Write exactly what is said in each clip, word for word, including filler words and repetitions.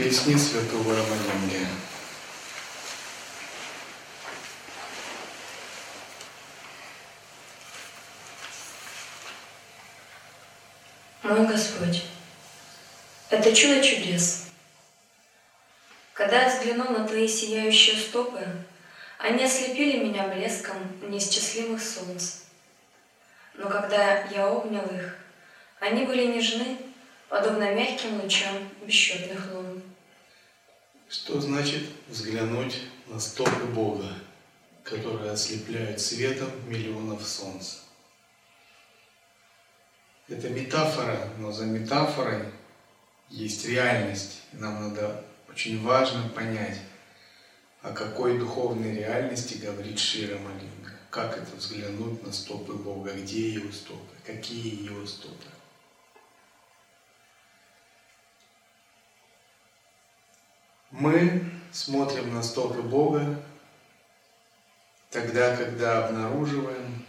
Песни святого Ромалингия. Мой Господь, это чудо чудес. Когда я взглянул на Твои сияющие стопы, они ослепили меня блеском неисчислимых солнц. Но когда я обнял их, они были нежны, подобно мягким лучам бесчетных лун. Что значит взглянуть на стопы Бога, которые ослепляют светом миллионов солнц? Это метафора, но за метафорой есть реальность. И нам надо очень важно понять, о какой духовной реальности говорит Шри Рамалинга. Как это взглянуть на стопы Бога, где Его стопы, какие Его стопы. Мы смотрим на стопы Бога тогда, когда обнаруживаем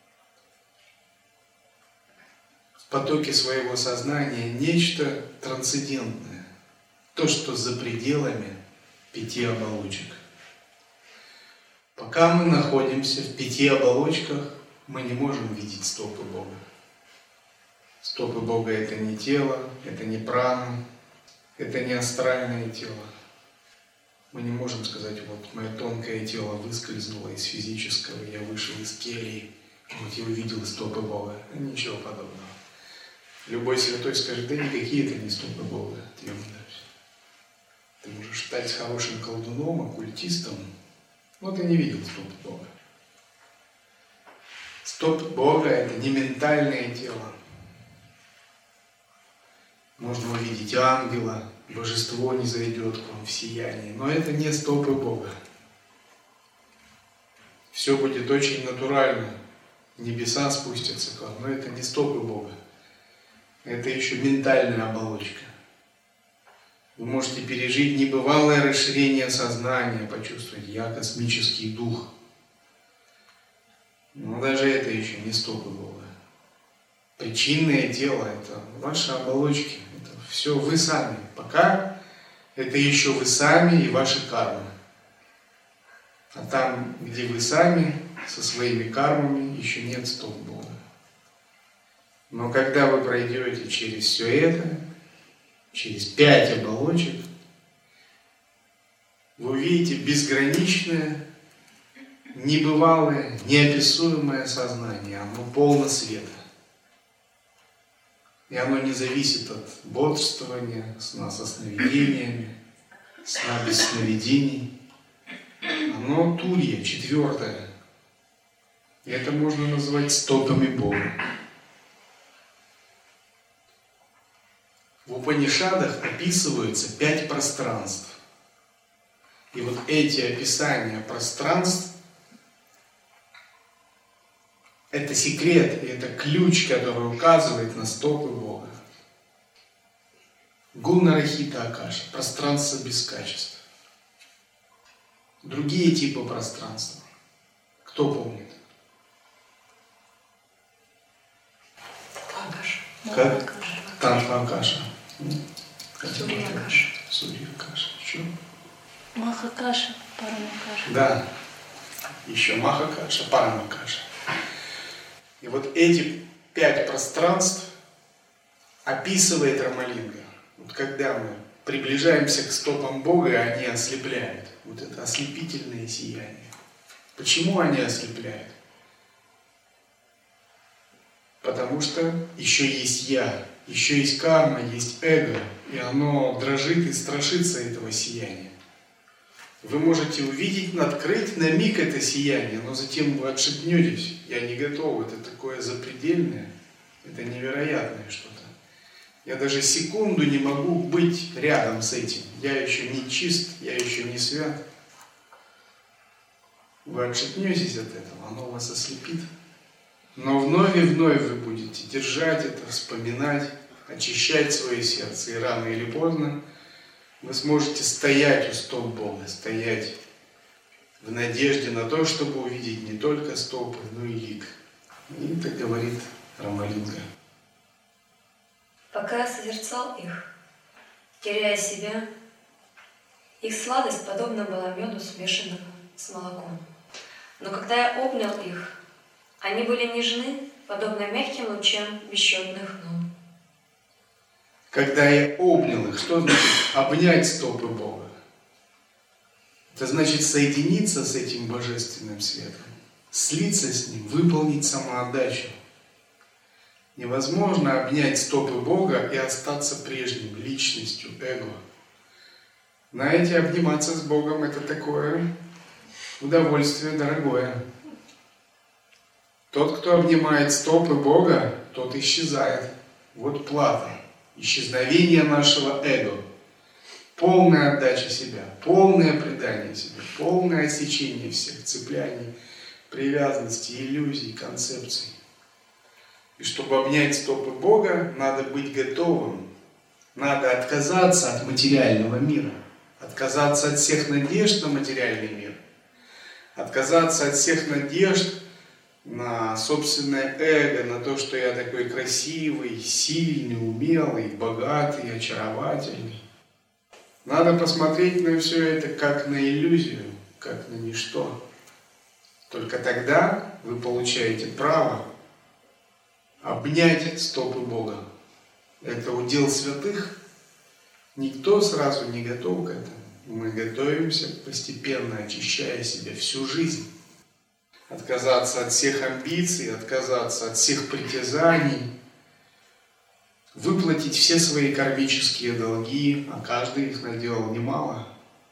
в потоке своего сознания нечто трансцендентное, то, что за пределами пяти оболочек. Пока мы находимся в пяти оболочках, мы не можем видеть стопы Бога. Стопы Бога — это не тело, это не прана, это не астральное тело. Мы не можем сказать, вот мое тонкое тело выскользнуло из физического, я вышел из кельи, вот я увидел стопы Бога. Ничего подобного. Любой святой скажет, да никакие это не стопы Бога. Ты можешь стать хорошим колдуном, оккультистом, но ты не видел стопы Бога. Стопы Бога — это не ментальное тело. Можно увидеть ангела, божество не зайдет к вам в сиянии, но это не стопы Бога. Все будет очень натурально, небеса спустятся к вам, но это не стопы Бога. Это еще ментальная оболочка. Вы можете пережить небывалое расширение сознания, почувствовать, я космический дух. Но даже это еще не стопы Бога. Причинное тело — это ваши оболочки. Это все вы сами. Пока это еще вы сами и ваши кармы. А там, где вы сами, со своими кармами, еще нет стоп Бога. Но когда вы пройдете через все это, через пять оболочек, вы увидите безграничное, небывалое, неописуемое сознание. Оно полно света. И оно не зависит от бодрствования, сна со сновидениями, сна без сновидений. Оно турья, четвертое. И это можно назвать стопами Бога. В Упанишадах описываются пять пространств. И вот эти описания пространств — это секрет, и это ключ, который указывает на стопы Бога. Гуна-рахита Акаша — пространство без качества. Другие типы пространства. Кто помнит? Акаша. Как? Тантра Акаша. Сурья Акаша. Сурья Акаша. Еще? Маха Каша, Парама Каша. Да. Еще Маха Каша, Парама Каша. И вот эти пять пространств описывает Рамалинга. Вот когда мы приближаемся к стопам Бога, они ослепляют. Вот это ослепительное сияние. Почему они ослепляют? Потому что еще есть я, еще есть карма, есть эго, и оно дрожит и страшится этого сияния. Вы можете увидеть, открыть на миг это сияние, но затем вы отшатнетесь. Я не готов, это такое запредельное, это невероятное что-то. Я даже секунду не могу быть рядом с этим. Я еще не чист, я еще не свят. Вы отшатнетесь от этого, оно вас ослепит. Но вновь и вновь вы будете держать это, вспоминать, очищать свое сердце. И рано или поздно вы сможете стоять у стоп Бога, стоять в надежде на то, чтобы увидеть не только стопы, но и лик. И это говорит Рамалинга. Пока я созерцал их, теряя себя, Их сладость подобна была меду, смешанному с молоком. Но когда я обнял их, они были нежны, подобно мягким лучам бесчетных лун. Когда я обнял их, что значит обнять стопы Бога? Это значит соединиться с этим божественным светом, слиться с ним, выполнить самоотдачу. Невозможно обнять стопы Бога и остаться прежним, личностью, эго. Знаете, обниматься с Богом — это такое удовольствие дорогое. Тот, кто обнимает стопы Бога, тот исчезает. Вот плата, исчезновение нашего эго. Полная отдача себя, полное предание себе, полное отсечение всех цепляний, привязанностей, иллюзий, концепций. И чтобы обнять стопы Бога, надо быть готовым. Надо отказаться от материального мира, отказаться от всех надежд на материальный мир, отказаться от всех надежд на собственное эго, на то, что я такой красивый, сильный, умелый, богатый, очаровательный. Надо посмотреть на все это как на иллюзию, как на ничто. Только тогда вы получаете право обнять стопы Бога. Это удел святых. Никто сразу не готов к этому. Мы готовимся, постепенно очищая себя всю жизнь. Отказаться от всех амбиций, отказаться от всех притязаний, выплатить все свои кармические долги, а каждый их наделал немало.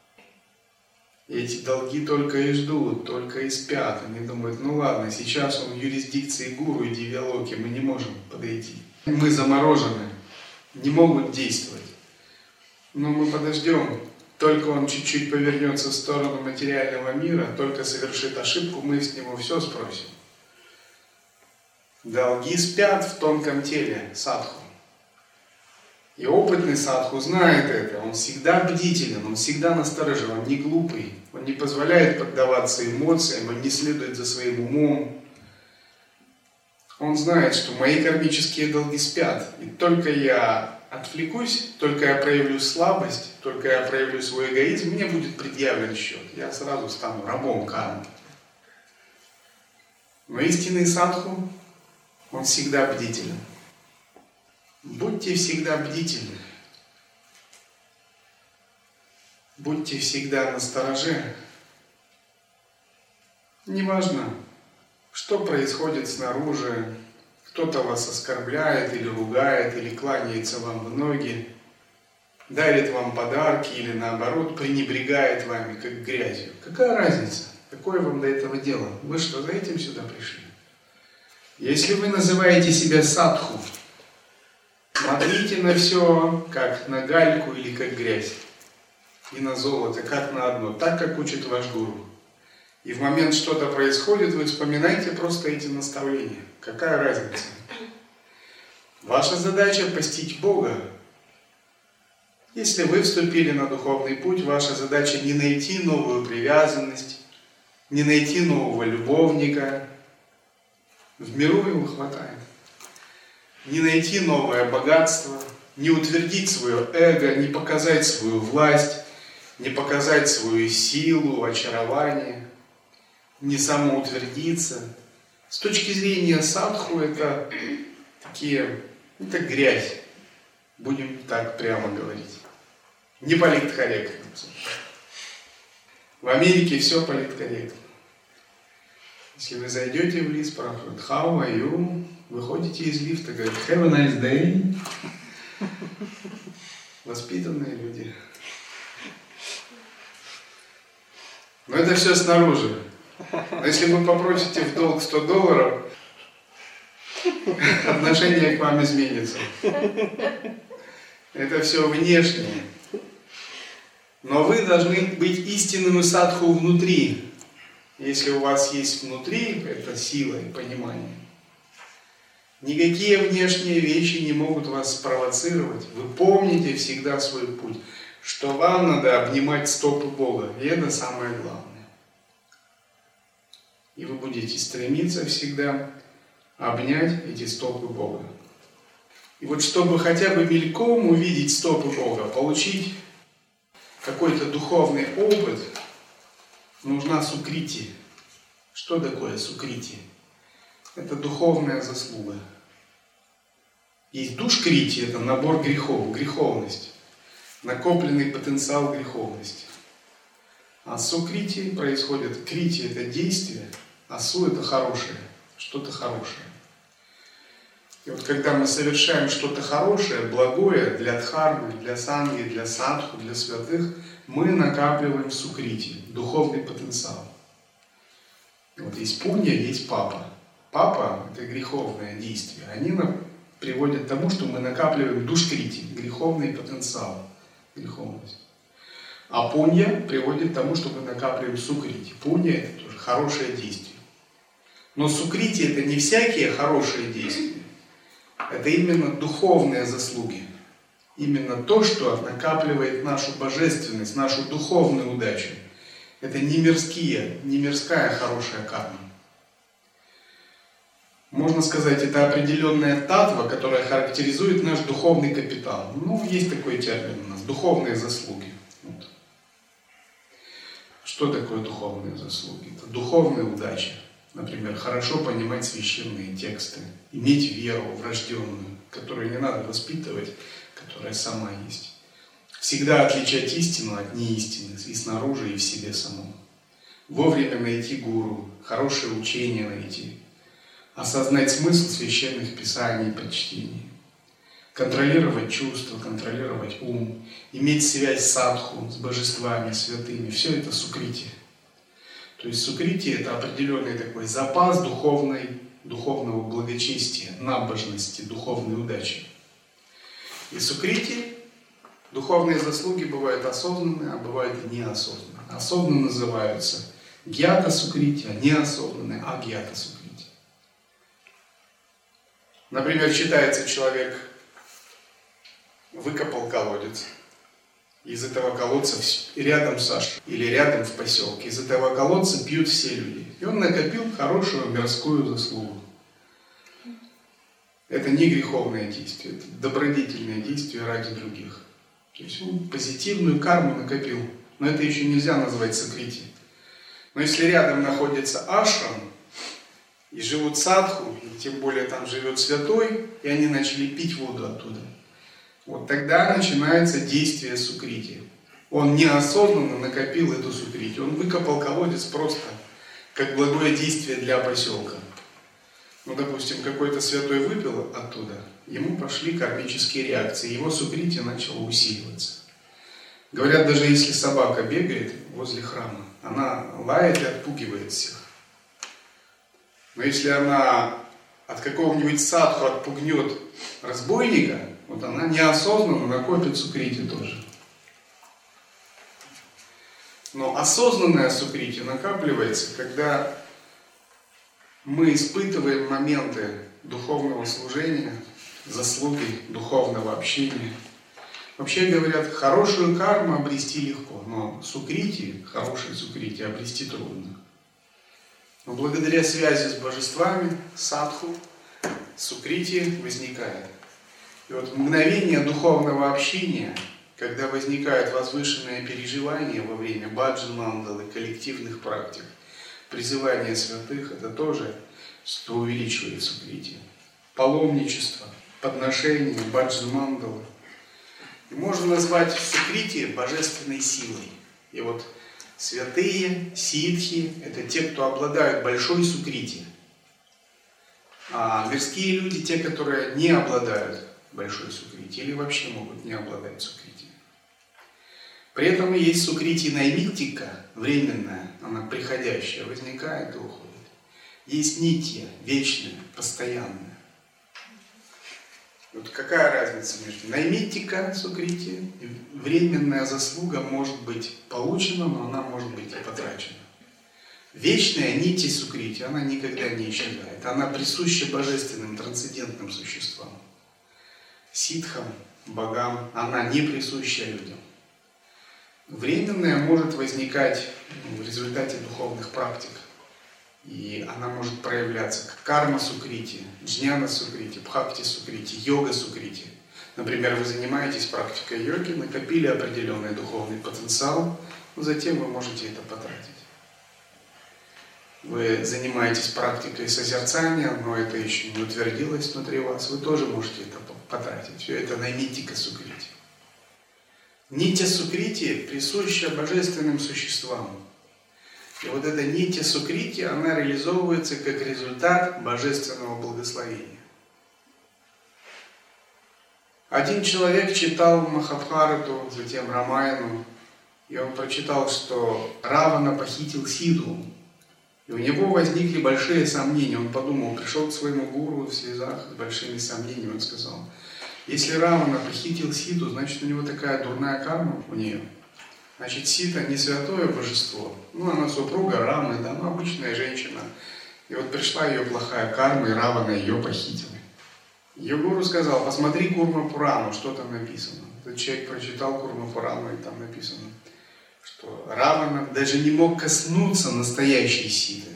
И эти долги только и ждут, только и спят. Они думают, ну ладно, сейчас он в юрисдикции гуру и дивьялоки, мы не можем подойти. Мы заморожены, не могут действовать. Но мы подождем. Только он чуть-чуть повернется в сторону материального мира, только совершит ошибку, мы с него все спросим. Долги спят в тонком теле садху. И опытный садху знает это, он всегда бдителен, он всегда настороже, он не глупый, он не позволяет поддаваться эмоциям, он не следует за своим умом. Он знает, что мои кармические долги спят, и только я отвлекусь, только я проявлю слабость, только я проявлю свой эгоизм, мне будет предъявлен счет, я сразу стану рабом кармы. Но истинный садху, он всегда бдителен. Будьте всегда бдительны. Будьте всегда настороже. Неважно, что происходит снаружи, кто-то вас оскорбляет или ругает, или кланяется вам в ноги, дарит вам подарки или наоборот пренебрегает вами, как грязью. Какая разница? Какое вам до этого дело? Вы что, за этим сюда пришли? Если вы называете себя садху, смотрите на все, как на гальку или как грязь. И на золото, как на одно, так, как учит ваш гуру. И в момент что-то происходит, вы вспоминайте просто эти наставления. Какая разница? Ваша задача – постичь Бога. Если вы вступили на духовный путь, ваша задача не найти новую привязанность, не найти нового любовника. В миру его хватает. Не найти новое богатство, не утвердить свое эго, не показать свою власть, не показать свою силу, очарование, не самоутвердиться. С точки зрения садху это такие, это грязь, будем так прямо говорить. Не политкорректно. В Америке все политкорректно. Если вы зайдете в лифт, спрашивают, how are you? Выходите из лифта, говорят, have a nice day. Воспитанные люди. Но это все снаружи. Но если вы попросите в долг сто долларов, отношение к вам изменится. Это все внешнее. Но вы должны быть истинным садху внутри. Если у вас есть внутри эта сила и понимание, никакие внешние вещи не могут вас спровоцировать. Вы помните всегда свой путь, что вам надо обнимать стопы Бога. И это самое главное. И вы будете стремиться всегда обнять эти стопы Бога. И вот чтобы хотя бы мельком увидеть стопы Бога, получить какой-то духовный опыт, нужна сукрити. Что такое сукрити? Это духовная заслуга. Есть душкрити, это набор грехов, греховность, накопленный потенциал греховности. А сукрити происходит, крити это действие, а су это хорошее, что-то хорошее. И вот когда мы совершаем что-то хорошее, благое для дхармы, для санги, для садху, для святых, мы накапливаем сукрити, духовный потенциал. Вот есть пунья, есть папа. Папа – это греховное действие. Они приводят к тому, что мы накапливаем душкрити, греховный потенциал, греховность. А пунья приводит к тому, что мы накапливаем сукрити. Пунья – это тоже хорошее действие. Но сукрити – это не всякие хорошие действия. Это именно духовные заслуги. Именно то, что накапливает нашу божественность, нашу духовную удачу. Это не мирские, не мирская хорошая карма. Можно сказать, это определенная татва, которая характеризует наш духовный капитал. Ну, есть такой термин у нас, духовные заслуги. Вот. Что такое духовные заслуги? Это духовная удача. Например, хорошо понимать священные тексты, иметь веру врожденную, которую не надо воспитывать, которая сама есть. Всегда отличать истину от неистины, и снаружи, и в себе самом. Вовремя найти гуру, хорошее учение найти, осознать смысл священных писаний и прочтений, контролировать чувства, контролировать ум, иметь связь с садху, с божествами, святыми. Все это сукрити. То есть сукрити – это определенный такой запас духовной, духовного благочестия, набожности, духовной удачи. И сукрити, духовные заслуги бывают осознанные, а бывают и неосознанные. Осознанно называются гьята сукрити, а неосознанные – агьята сукрити. Например, считается, человек выкопал колодец. Из этого колодца рядом Саша или рядом в поселке, из этого колодца пьют все люди. И он накопил хорошую мирскую заслугу. Это не греховное действие, это добродетельное действие ради других. То есть он позитивную карму накопил. Но это еще нельзя назвать сукрити. Но если рядом находится ашрам, и живут садху, и тем более там живет святой, и они начали пить воду оттуда, вот тогда начинается действие сукрити. Он неосознанно накопил эту сукрити. Он выкопал колодец просто как благое действие для поселка. Ну, допустим, какой-то святой выпил оттуда, ему пошли кармические реакции, его сукрити начало усиливаться. Говорят, даже если собака бегает возле храма, она лает и отпугивает всех. Но если она от какого-нибудь садху отпугнет разбойника, вот она неосознанно накопит сукрити тоже. Но осознанная сукрити накапливается, когда мы испытываем моменты духовного служения, заслуги духовного общения. Вообще говорят, хорошую карму обрести легко, но сукрити, хорошие сукрити обрести трудно. Но благодаря связи с божествами, садху, сукрити возникает. И вот в мгновение духовного общения, когда возникают возвышенные переживания во время баджан-мандалы, коллективных практик, призывание святых, это тоже что увеличивает сукрити. Паломничество, подношение, баджан-мандалы. И можно назвать сукрити божественной силой. И вот святые, ситхи – это те, кто обладают большой сукрити. А мирские люди – те, которые не обладают большой сукрити или вообще могут не обладать сукрити. При этом есть сукрити наймиттика, временная, она приходящая, возникает и уходит. Есть нитья, вечная, постоянная. Вот какая разница между наймиттика, сукрити, временная заслуга может быть получена, но она может быть и потрачена. Вечная нитья сукрити, она никогда не исчезает. Она присуща божественным, трансцендентным существам. Ситхам, богам, она не присуща людям. Временная может возникать в результате духовных практик. И она может проявляться как карма сукрити, джняна сукрити, бхакти сукрити, йога сукрити. Например, вы занимаетесь практикой йоги, накопили определенный духовный потенциал, но затем вы можете это потратить. Вы занимаетесь практикой созерцания, но это еще не утвердилось внутри вас, вы тоже можете это потратить. Все это на нитья сукрити. Нитья сукрити присуща божественным существам. И вот эта нитья сукрити, она реализовывается как результат божественного благословения. Один человек читал Махабхарату, затем Рамаяну, и он прочитал, что Равана похитил Ситу. И у него возникли большие сомнения. Он подумал, пришел к своему гуру в слезах с большими сомнениями. Он сказал, если Равана похитил Ситу, значит у него такая дурная карма у нее. Значит, Сита не святое божество. Ну, она супруга Рамы, да, ну, обычная женщина. И вот пришла ее плохая карма, и Равана ее похитил. Ее гуру сказал, посмотри Курма Пурану, что там написано. Этот человек прочитал Курма Пурану, и там написано, что Равана даже не мог коснуться настоящей Ситы.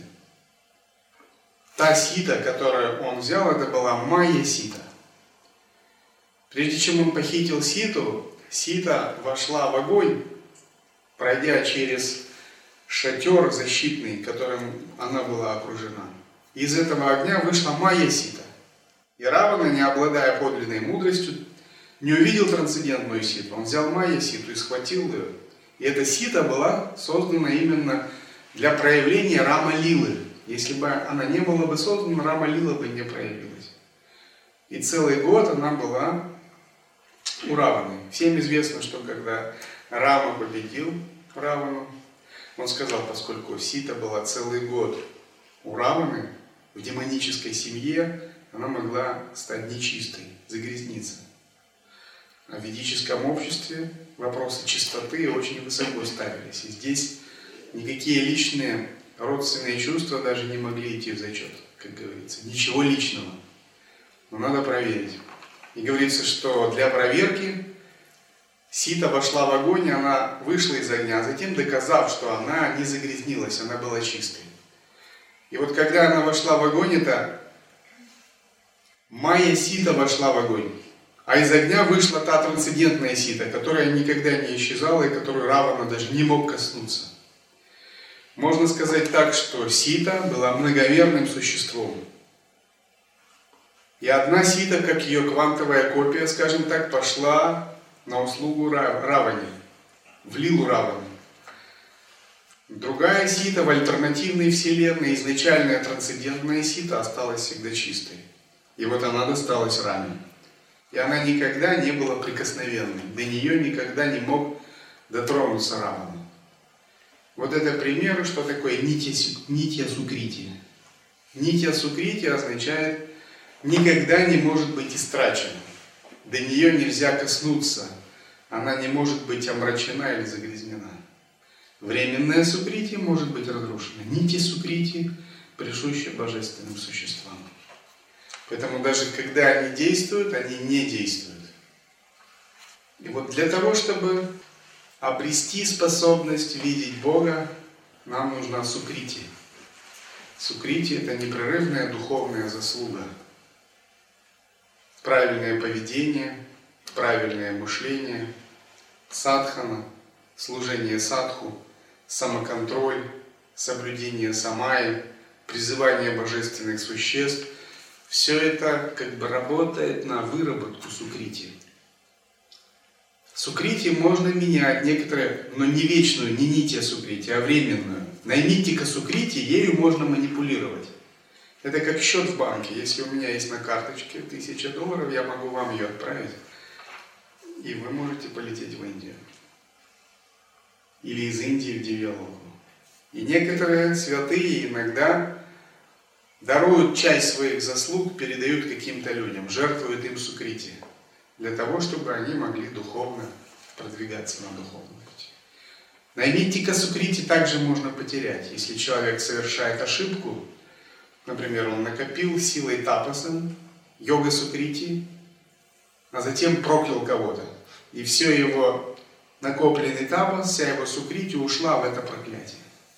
Та Сита, которую он взял, это была Майя Сита. Прежде чем он похитил Ситу, Сита вошла в огонь, пройдя через шатер защитный, которым она была окружена. Из этого огня вышла Майя Сита. И Равана, не обладая подлинной мудростью, не увидел трансцендентную Ситу. Он взял Майя Ситу и схватил ее. И эта Сита была создана именно для проявления Рама-лилы. Если бы она не была бы создана, Рама-лила бы не проявилась. И целый год она была у Раваны. Всем известно, что когда Рама победил Равану, он сказал, поскольку Сита была целый год у Раваны, в демонической семье, она могла стать нечистой, загрязниться. А в ведическом обществе вопросы чистоты очень высоко ставились. И здесь никакие личные родственные чувства даже не могли идти в зачет, как говорится. Ничего личного. Но надо проверить. И говорится, что для проверки Сита вошла в огонь, и она вышла из огня, а затем доказав, что она не загрязнилась, она была чистой. И вот когда она вошла в огонь, это Майя Сита вошла в огонь. А из огня вышла та трансцендентная Сита, которая никогда не исчезала и которую Равана даже не мог коснуться. Можно сказать так, что Сита была многомерным существом. И одна Сита, как ее квантовая копия, скажем так, пошла на услугу Раване, в лилу Раваны. Другая Сита в альтернативной вселенной, изначальная трансцендентная Сита, осталась всегда чистой. И вот она досталась Раме. И она никогда не была прикосновенной. До нее никогда не мог дотронуться Равана. Вот это пример, что такое нитья сукрити. Нитья сукрити означает никогда не может быть истрачена. До нее нельзя коснуться. Она не может быть омрачена или загрязнена. Временная сукрити может быть разрушена. Нитья сукрити присуща божественным существам. Поэтому даже когда они действуют, они не действуют. И вот для того, чтобы обрести способность видеть Бога, нам нужна сукрити. Сукрити – это непрерывная духовная заслуга. Правильное поведение, правильное мышление, садхана, служение садху, самоконтроль, соблюдение самаи, призывание божественных существ – все это как бы работает на выработку сукрити. Сукрити можно менять некоторые, но не вечную, не нитья сукрити, а временную. Наймите-ка сукрити, ею можно манипулировать. Это как счет в банке. Если у меня есть на карточке тысяча долларов, я могу вам ее отправить, и вы можете полететь в Индию. Или из Индии в Дивьялоку. И некоторые святые иногда даруют часть своих заслуг, передают каким-то людям, жертвуют им сукрити, для того, чтобы они могли духовно продвигаться на духовном пути. Наймите-ка сукрити также можно потерять. Если человек совершает ошибку, например, он накопил силой тапаса, йога сукрити, а затем проклял кого-то. И все его накопленный тапас, вся его сукрити ушла в это проклятие.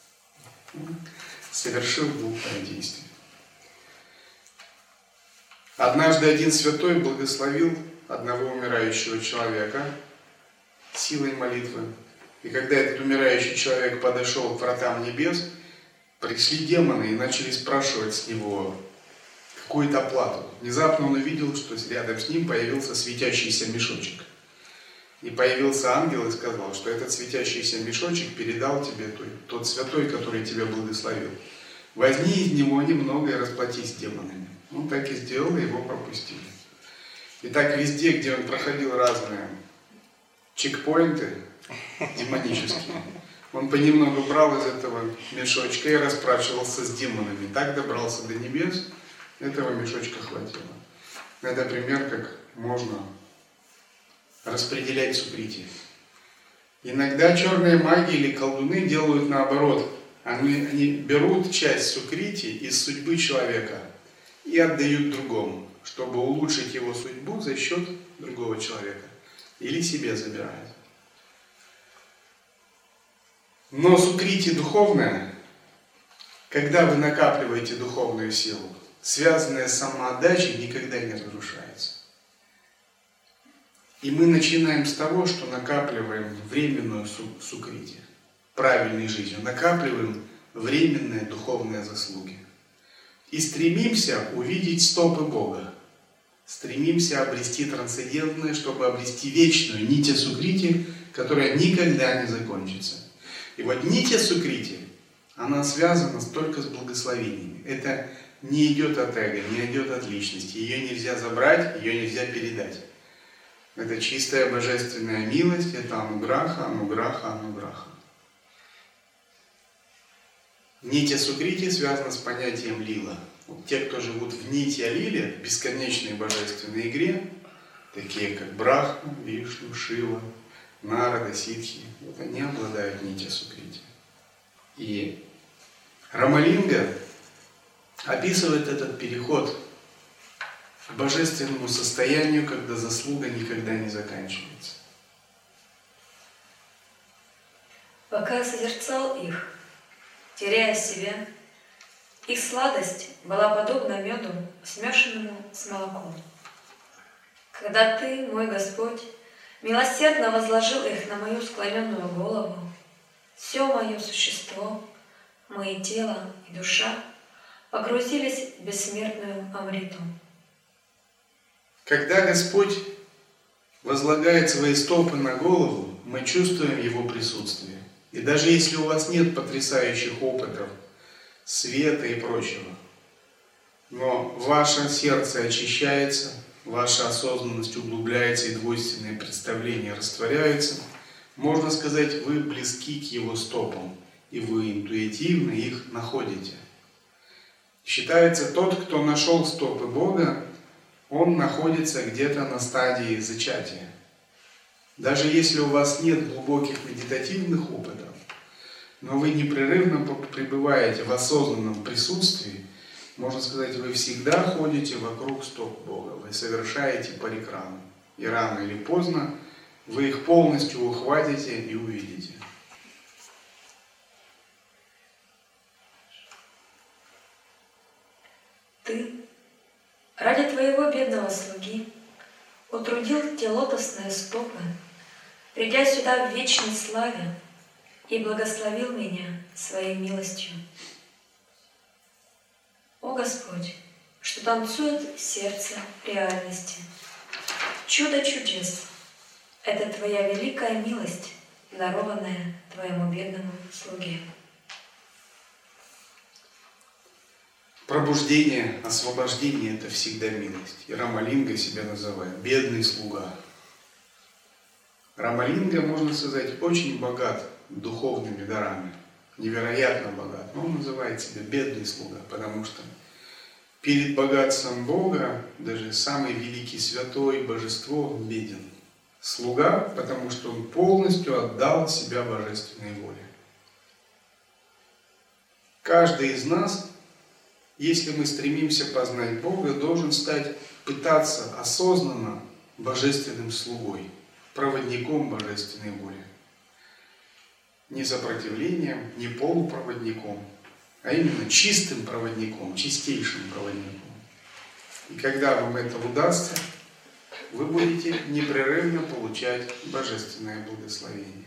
Совершил глупое действие. Однажды один святой благословил одного умирающего человека силой молитвы. И когда этот умирающий человек подошел к вратам небес, пришли демоны и начали спрашивать с него какую-то плату. Внезапно он увидел, что рядом с ним появился светящийся мешочек. И появился ангел и сказал, что этот светящийся мешочек передал тебе тот святой, который тебя благословил. Возьми из него немного и расплатись с демонами. Он так и сделал, и его пропустили. И так везде, где он проходил разные чекпоинты демонические, он понемногу брал из этого мешочка и расспрашивался с демонами. Так добрался до небес, этого мешочка хватило. Это пример, как можно распределять сукрити. Иногда черные маги или колдуны делают наоборот. Они, они берут часть сукрити из судьбы человека и отдают другому, чтобы улучшить его судьбу за счет другого человека. Или себе забирают. Но сукрити духовное, когда вы накапливаете духовную силу, связанная с самоотдачей, никогда не разрушается. И мы начинаем с того, что накапливаем временную сукрити, правильной жизнью, накапливаем временные духовные заслуги. И стремимся увидеть стопы Бога. Стремимся обрести трансцендентное, чтобы обрести вечную нить сукрити, которая никогда не закончится. И вот нить сукрити, она связана только с благословениями. Это не идет от эго, не идет от личности. Ее нельзя забрать, ее нельзя передать. Это чистая божественная милость, это ануграха, ануграха, ануграха. Нитья сукрити связана с понятием лила. Вот те, кто живут в нитья лиле, в бесконечной божественной игре, такие как Брахма, Вишну, Шива, Нарада, Ситхи, вот они обладают нитья сукрити. И Рамалинга описывает этот переход к божественному состоянию, когда заслуга никогда не заканчивается. Пока я созерцал их, теряя себя, их сладость была подобна меду, смешанному с молоком. Когда Ты, мой Господь, милосердно возложил их на мою склоненную голову, все мое существо, мои тело и душа погрузились в бессмертную Амриту. Когда Господь возлагает свои стопы на голову, мы чувствуем Его присутствие. И даже если у вас нет потрясающих опытов, света и прочего, но ваше сердце очищается, ваша осознанность углубляется и двойственные представления растворяются, можно сказать, вы близки к Его стопам, и вы интуитивно их находите. Считается, тот, кто нашел стопы Бога, он находится где-то на стадии зачатия. Даже если у вас нет глубоких медитативных опытов, но вы непрерывно пребываете в осознанном присутствии, можно сказать, вы всегда ходите вокруг стоп Бога, вы совершаете парикрану. И рано или поздно вы их полностью ухватите и увидите. Ты ради Твоего бедного слуги утрудил те лотосные стопы, придя сюда в вечной славе, и благословил меня своей милостью. О Господь, что танцует сердце реальности. Чудо чудес — это Твоя великая милость, дарованная Твоему бедному слуге. Пробуждение, освобождение — это всегда милость. И Рамалинга себя называет бедный слуга. Рамалинга, можно сказать, очень богат духовными дарами, невероятно богат. Но он называет себя бедный слуга, потому что перед богатством Бога даже самый великий святой, божество, он беден. Слуга, потому что он полностью отдал себя божественной воле. Каждый из нас, если мы стремимся познать Бога, должен стать, пытаться осознанно божественным слугой, проводником божественной воли. Не сопротивлением, не полупроводником, а именно чистым проводником, чистейшим проводником. И когда вам это удастся, вы будете непрерывно получать божественное благословение.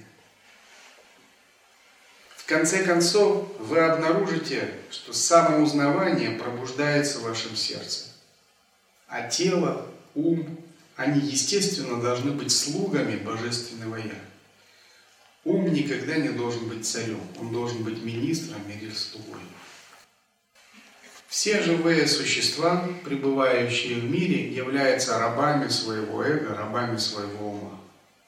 В конце концов, вы обнаружите, что самоузнавание пробуждается в вашем сердце. А тело, ум, они, естественно, должны быть слугами Божественного Я. Ум никогда не должен быть царем, он должен быть министром или слугой. Все живые существа, пребывающие в мире, являются рабами своего эго, рабами своего ума.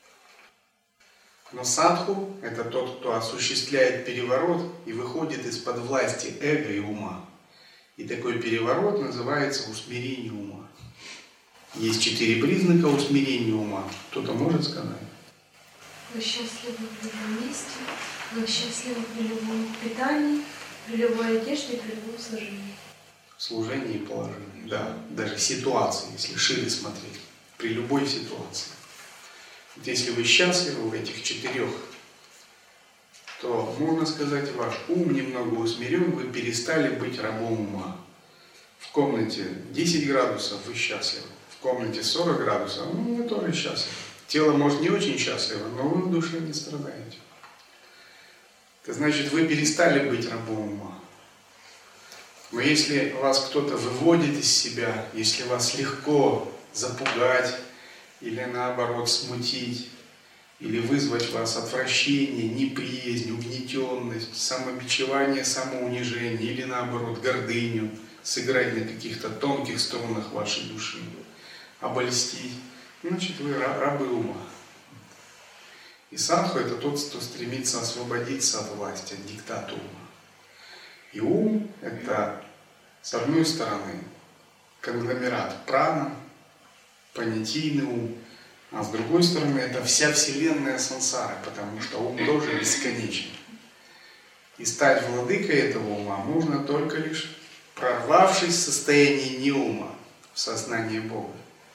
Но садху – это тот, кто осуществляет переворот и выходит из-под власти эго и ума. И такой переворот называется усмирение ума. Есть четыре признака усмирения ума. Кто-то может сказать? Вы счастливы в любом месте, вы счастливы при любом питании, при любой одежде, при любом служении. Служение и положение, да. Даже ситуации, если шире смотреть, при любой ситуации. Вот если вы счастливы в этих четырех, то, можно сказать, ваш ум немного усмирен, вы перестали быть рабом ума. В комнате десять градусов вы счастливы, в комнате сорок градусов, ну, вы тоже счастливы. Тело, может, не очень счастливо, но вы в душе не страдаете. Это значит, вы перестали быть рабом ума. Но если вас кто-то выводит из себя, если вас легко запугать, или наоборот смутить, или вызвать в вас отвращение, неприязнь, угнетенность, самобичевание, самоунижение, или наоборот гордыню, сыграть на каких-то тонких струнах вашей души, обольстить, значит, вы рабы ума. И садху – это тот, кто стремится освободиться от власти, от диктата ума. И ум – это, с одной стороны, конгломерат прана, понятийный ум, а с другой стороны, это вся вселенная сансары, потому что ум тоже бесконечен. И стать владыкой этого ума можно только лишь прорвавшись в состоянии неума, в сознании Бога.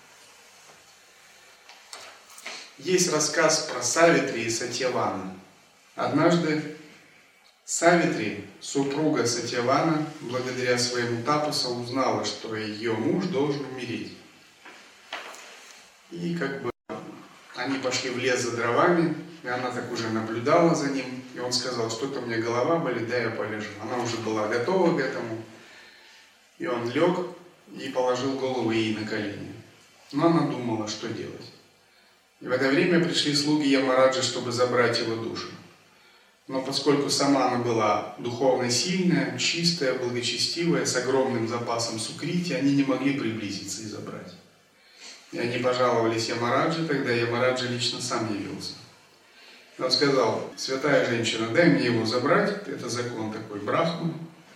Есть рассказ про Савитри и Сатьявана. Однажды Савитри, супруга Сатьявана, благодаря своему тапасу узнала, что ее муж должен умереть. И как бы они пошли в лес за дровами, и она так уже наблюдала за ним, и он сказал, что-то у меня голова болит, да я полежу. Она уже была готова к этому, и он лег и положил голову ей на колени. Но она думала, что делать. И в это время пришли слуги Ямараджи, чтобы забрать его душу. Но поскольку сама она была духовно сильная, чистая, благочестивая, с огромным запасом сукрити, они не могли приблизиться и забрать. И они пожаловались Ямараджи, тогда Ямараджа лично сам явился. Он сказал, святая женщина, дай мне его забрать, это закон такой Брахмы.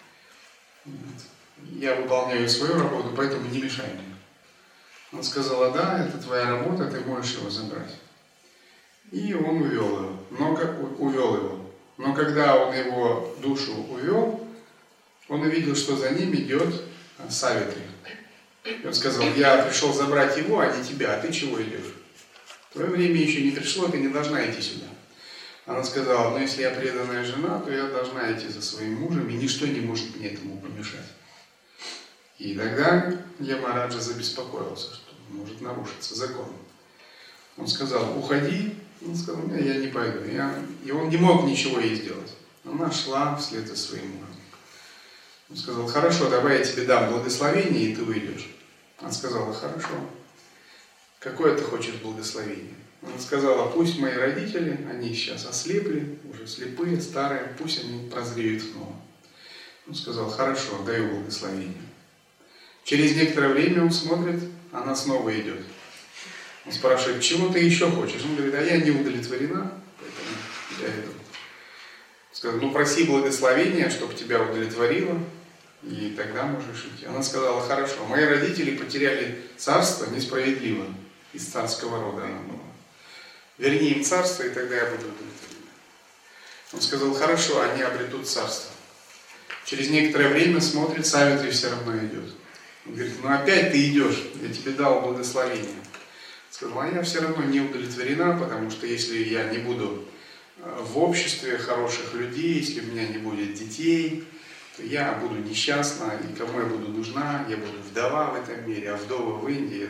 Я выполняю свою работу, поэтому не мешай мне. Он сказал, да, это твоя работа, ты можешь его забрать. И он увел его, но, увел его. Но когда он его душу увел, он увидел, что за ним идет Савитри. И он сказал, я пришел забрать его, а не тебя, а ты чего идешь? Твое время еще не пришло, ты не должна идти сюда. Она сказала, ну если я преданная жена, то я должна идти за своим мужем, и ничто не может мне этому помешать. И тогда Ямараджа забеспокоился, что может нарушиться закон. Он сказал, уходи. Он сказал, нет, я не пойду. Я... И он не мог ничего ей сделать. Она шла вслед за своим мужем. Он сказал, хорошо, давай я тебе дам благословение, и ты уйдешь. Она сказала, хорошо. Какое ты хочешь благословение? Она сказала, пусть мои родители, они сейчас ослепли, уже слепые, старые, пусть они прозреют снова. Он сказал, хорошо, даю благословение. Через некоторое время он смотрит, она снова идет. Он спрашивает, чего ты еще хочешь? Он говорит, а я не удовлетворена, поэтому я иду. Он сказал, ну проси благословения, чтобы тебя удовлетворило, и тогда можешь идти. Она сказала, хорошо, мои родители потеряли царство несправедливо, из царского рода она была. Верни им царство, и тогда я буду удовлетворена. Он сказал, хорошо, они обретут царство. Через некоторое время смотрит, Савитри все равно идет. Он говорит, ну опять ты идешь, я тебе дал благословение. Сказал, а я все равно не удовлетворена, потому что если я не буду в обществе хороших людей, если у меня не будет детей, то я буду несчастна, и кому я буду нужна, я буду вдова в этом мире, а вдова в Индии, это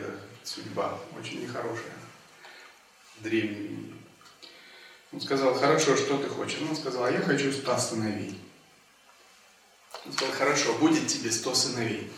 судьба, очень нехорошая, в древнем мире. Он сказал: хорошо, что ты хочешь? Он сказал: а я хочу сто сыновей. Он сказал: хорошо, будет тебе сто сыновей.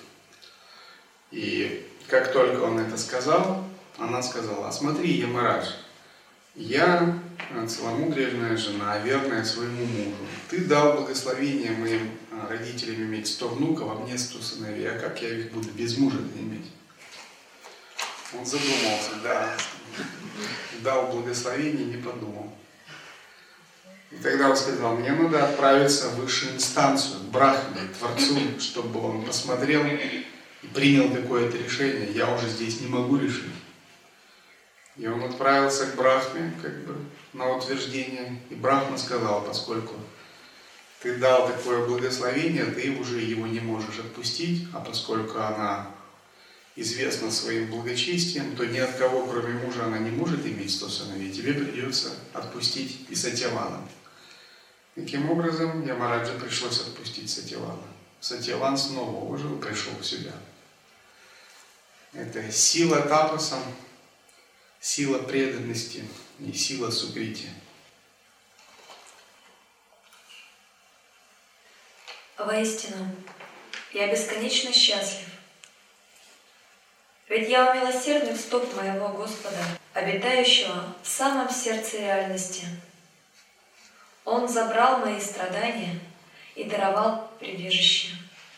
И как только он это сказал, она сказала: а смотри, Ямарадж, я целомудренная жена, верная своему мужу. Ты дал благословение моим родителям иметь сто внуков, а мне сто сыновей. А как я их буду без мужа иметь? Он задумался, да. Дал благословение, не подумал. И тогда он сказал: мне надо отправиться в высшую инстанцию, к Брахме, к Творцу, чтобы он посмотрел и принял какое-то решение. Я уже здесь не могу решить. И он отправился к Брахме, как бы, на утверждение. И Брахма сказал: поскольку ты дал такое благословение, ты уже его не можешь отпустить, а поскольку она известна своим благочестием, то ни от кого, кроме мужа, она не может иметь сто сыновей. Тебе придется отпустить и Сатьявана. Таким образом, Ямараджа пришлось отпустить Сатьявана. Сатьяван снова ожил, пришел в себя. Это сила тапаса, сила преданности и сила сукрити. Воистину, я бесконечно счастлив. Ведь я у милосердных стоп моего Господа, обитающего в самом сердце реальности. Он забрал мои страдания и даровал прибежище.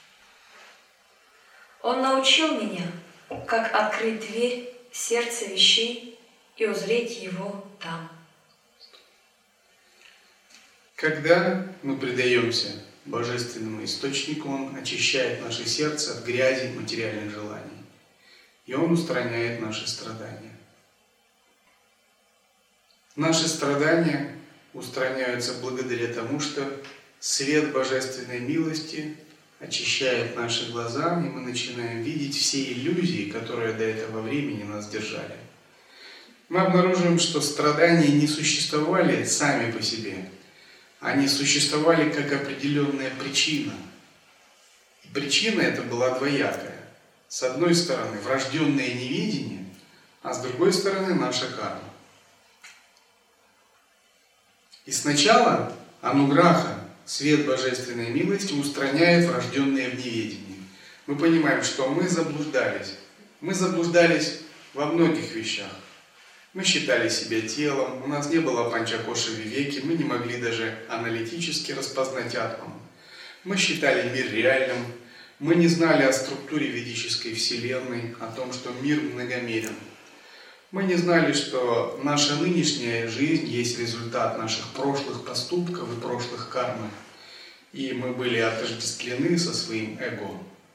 Он научил меня, как открыть дверь в сердце вещей и узреть его там. Когда мы предаемся Божественному Источнику, Он очищает наше сердце от грязи материальных желаний. И Он устраняет наши страдания. Наши страдания устраняются благодаря тому, что свет Божественной милости очищает наши глаза, и мы начинаем видеть все иллюзии, которые до этого времени нас держали. Мы обнаружим, что страдания не существовали сами по себе. Они существовали как определенная причина. И причина эта была двоякая. С одной стороны, врожденное неведение, а с другой стороны, наша карма. И сначала ануграха, свет Божественной милости, устраняет врожденное в неведении. Мы понимаем, что мы заблуждались. Мы заблуждались во многих вещах. Мы считали себя телом, у нас не было панчакоши вивеки, мы не могли даже аналитически распознать атман. Мы считали мир реальным, мы не знали о структуре ведической вселенной, о том, что мир многомерен. Мы не знали, что наша нынешняя жизнь есть результат наших прошлых поступков и прошлых кармы. И мы были отождествлены со своим эго.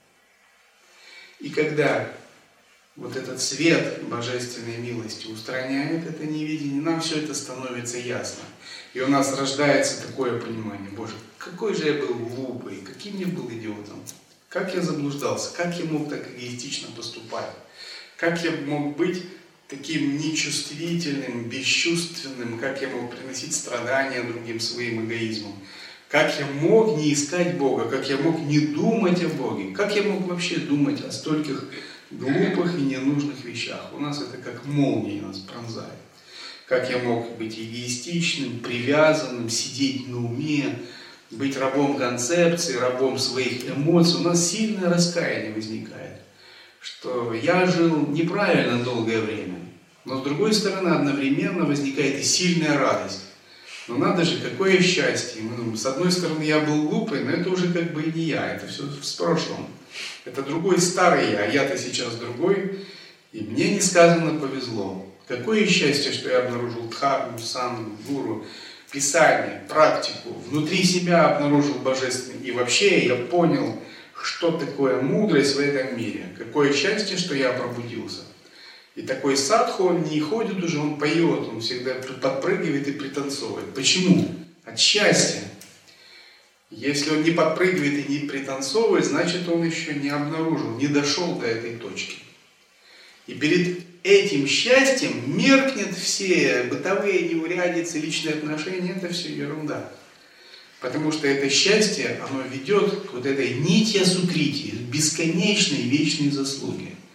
И когда вот этот свет Божественной милости устраняет это невидение, нам все это становится ясно. И у нас рождается такое понимание: Боже, какой же я был глупый, каким я был идиотом, как я заблуждался, как я мог так эгоистично поступать, как я мог быть таким нечувствительным, бесчувственным, как я мог приносить страдания другим своим эгоизмом, как я мог не искать Бога, как я мог не думать о Боге, как я мог вообще думать о стольких глупых и ненужных вещах. У нас это как молния нас пронзает. Как я мог быть эгоистичным, привязанным, сидеть на уме, быть рабом концепции, рабом своих эмоций. У нас сильное раскаяние возникает, что я жил неправильно долгое время. Но с другой стороны, одновременно возникает и сильная радость. Но надо же, какое счастье. Мы думаем, с одной стороны, я был глупый, но это уже как бы и не я, это все в прошлом. Это другой старый я, а я-то сейчас другой, и мне несказанно повезло. Какое счастье, что я обнаружил дхарму, сану, гуру, писание, практику, внутри себя обнаружил божественный. И вообще я понял, что такое мудрость в этом мире. Какое счастье, что я пробудился. И такой садху, он не ходит уже, он поет, он всегда подпрыгивает и пританцовывает. Почему? От счастья. Если он не подпрыгивает и не пританцовывает, значит он еще не обнаружил, не дошел до этой точки. И перед этим счастьем меркнет все бытовые неурядицы, личные отношения, это все ерунда. Потому что это счастье, оно ведет к вот этой нитья сукрити, бесконечной вечной заслуги.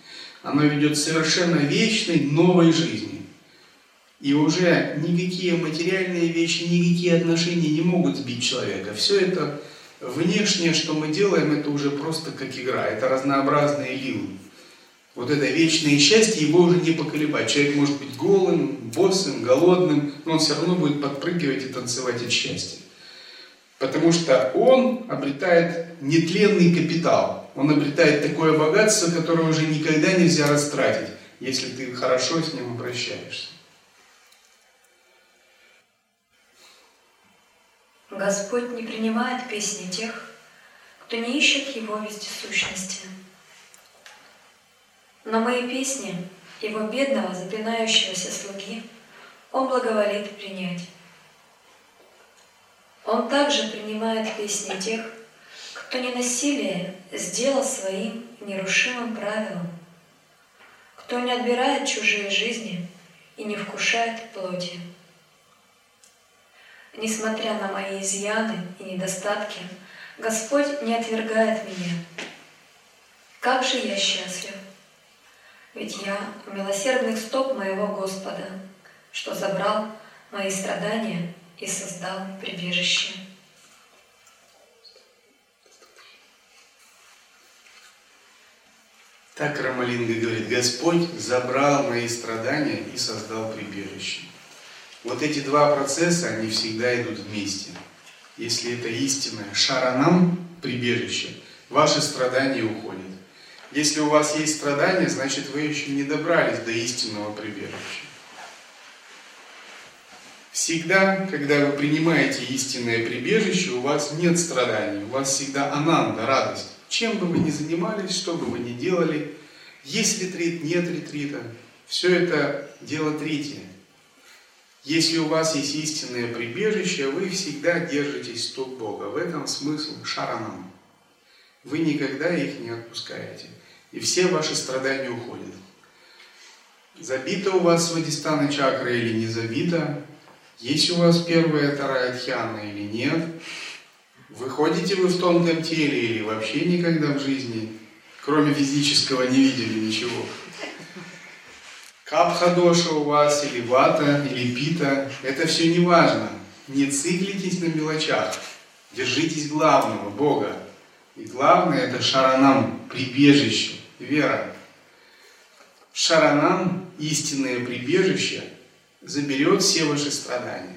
оно ведет к совершенно вечной новой жизни. И уже никакие материальные вещи, никакие отношения не могут сбить человека. Все это внешнее, что мы делаем, это уже просто как игра, это разнообразные лилы. Вот это вечное счастье, его уже не поколебать. Человек может быть голым, босым, голодным, но он все равно будет подпрыгивать и танцевать от счастья. Потому что он обретает нетленный капитал. Он обретает такое богатство, которое уже никогда нельзя растратить, если ты хорошо с ним обращаешься. Господь не принимает песни тех, кто не ищет Его вездесущности. Но мои песни Его бедного, запинающегося слуги Он благоволит принять. Он также принимает песни тех, кто не насилие сделал своим нерушимым правилом, кто не отбирает чужие жизни и не вкушает плоти. Несмотря на мои изъяны и недостатки, Господь не отвергает меня. Как же я счастлив! Ведь я у милосердных стоп моего Господа, что забрал мои страдания и создал прибежище. Так Рамалинга говорит: Господь забрал мои страдания и создал прибежище. Вот эти два процесса, они всегда идут вместе. Если это истинное шаранам, прибежище, ваши страдания уходят. Если у вас есть страдания, значит вы еще не добрались до истинного прибежища. Всегда, когда вы принимаете истинное прибежище, у вас нет страданий, у вас всегда ананда, радость. Чем бы вы ни занимались, что бы вы ни делали, есть ретрит, нет ретрита, все это дело третье. Если у вас есть истинное прибежище, вы всегда держитесь стоп Бога. В этом смысл шаранам. Вы никогда их не отпускаете. И все ваши страдания уходят. Забита у вас свадистана чакра или не забита, есть у вас первая, вторая дхьяна или нет, выходите вы в тонком теле или вообще никогда в жизни, кроме физического, не видели ничего. Капха-доша у вас, или вата, или пита, это все не важно. Не циклитесь на мелочах, держитесь главного, Бога. И главное это шаранам, прибежище, вера. Шаранам, истинное прибежище, заберет все ваши страдания.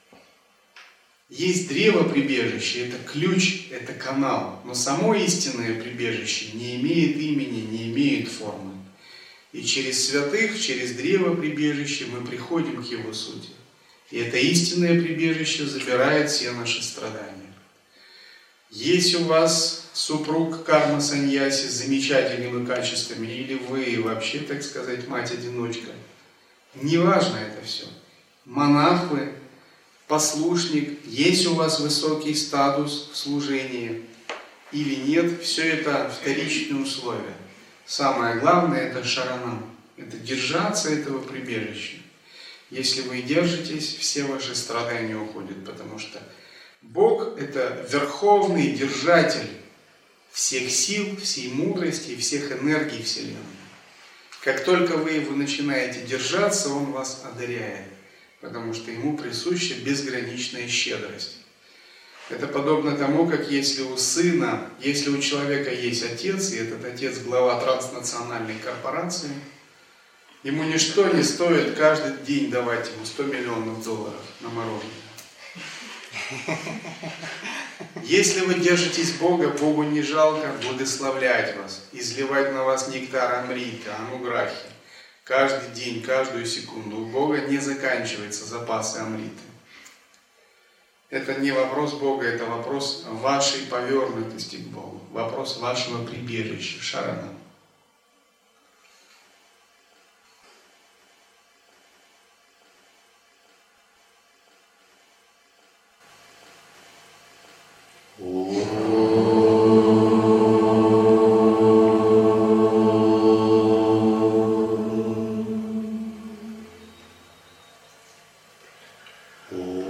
Есть древо прибежища, это ключ, это канал, но само истинное прибежище не имеет имени, не имеет формы. И через святых, через древо прибежища мы приходим к его сути. И это истинное прибежище забирает все наши страдания. Есть у вас супруг карма-саньяси с замечательными качествами, или вы вообще, так сказать, мать-одиночка. Неважно это все. Монах вы, послушник, есть у вас высокий статус в служении или нет, все это вторичные условия. Самое главное это шаранам, это держаться этого прибежища. Если вы держитесь, все ваши страдания уходят, потому что Бог это верховный держатель всех сил, всей мудрости, всех энергий Вселенной. Как только вы его начинаете держаться, он вас одаряет, потому что ему присуща безграничная щедрость. Это подобно тому, как если у сына, если у человека есть отец, и этот отец глава транснациональной корпорации, ему ничто не стоит каждый день давать ему сто миллионов долларов на мороженое. Если вы держитесь Бога, Богу не жалко благословлять вас, изливать на вас нектар амрита, ануграхи. Каждый день, каждую секунду. У Бога не заканчиваются запасы амриты. Это не вопрос Бога, это вопрос вашей повернутости к Богу, вопрос вашего прибежища, шаранам. Oh.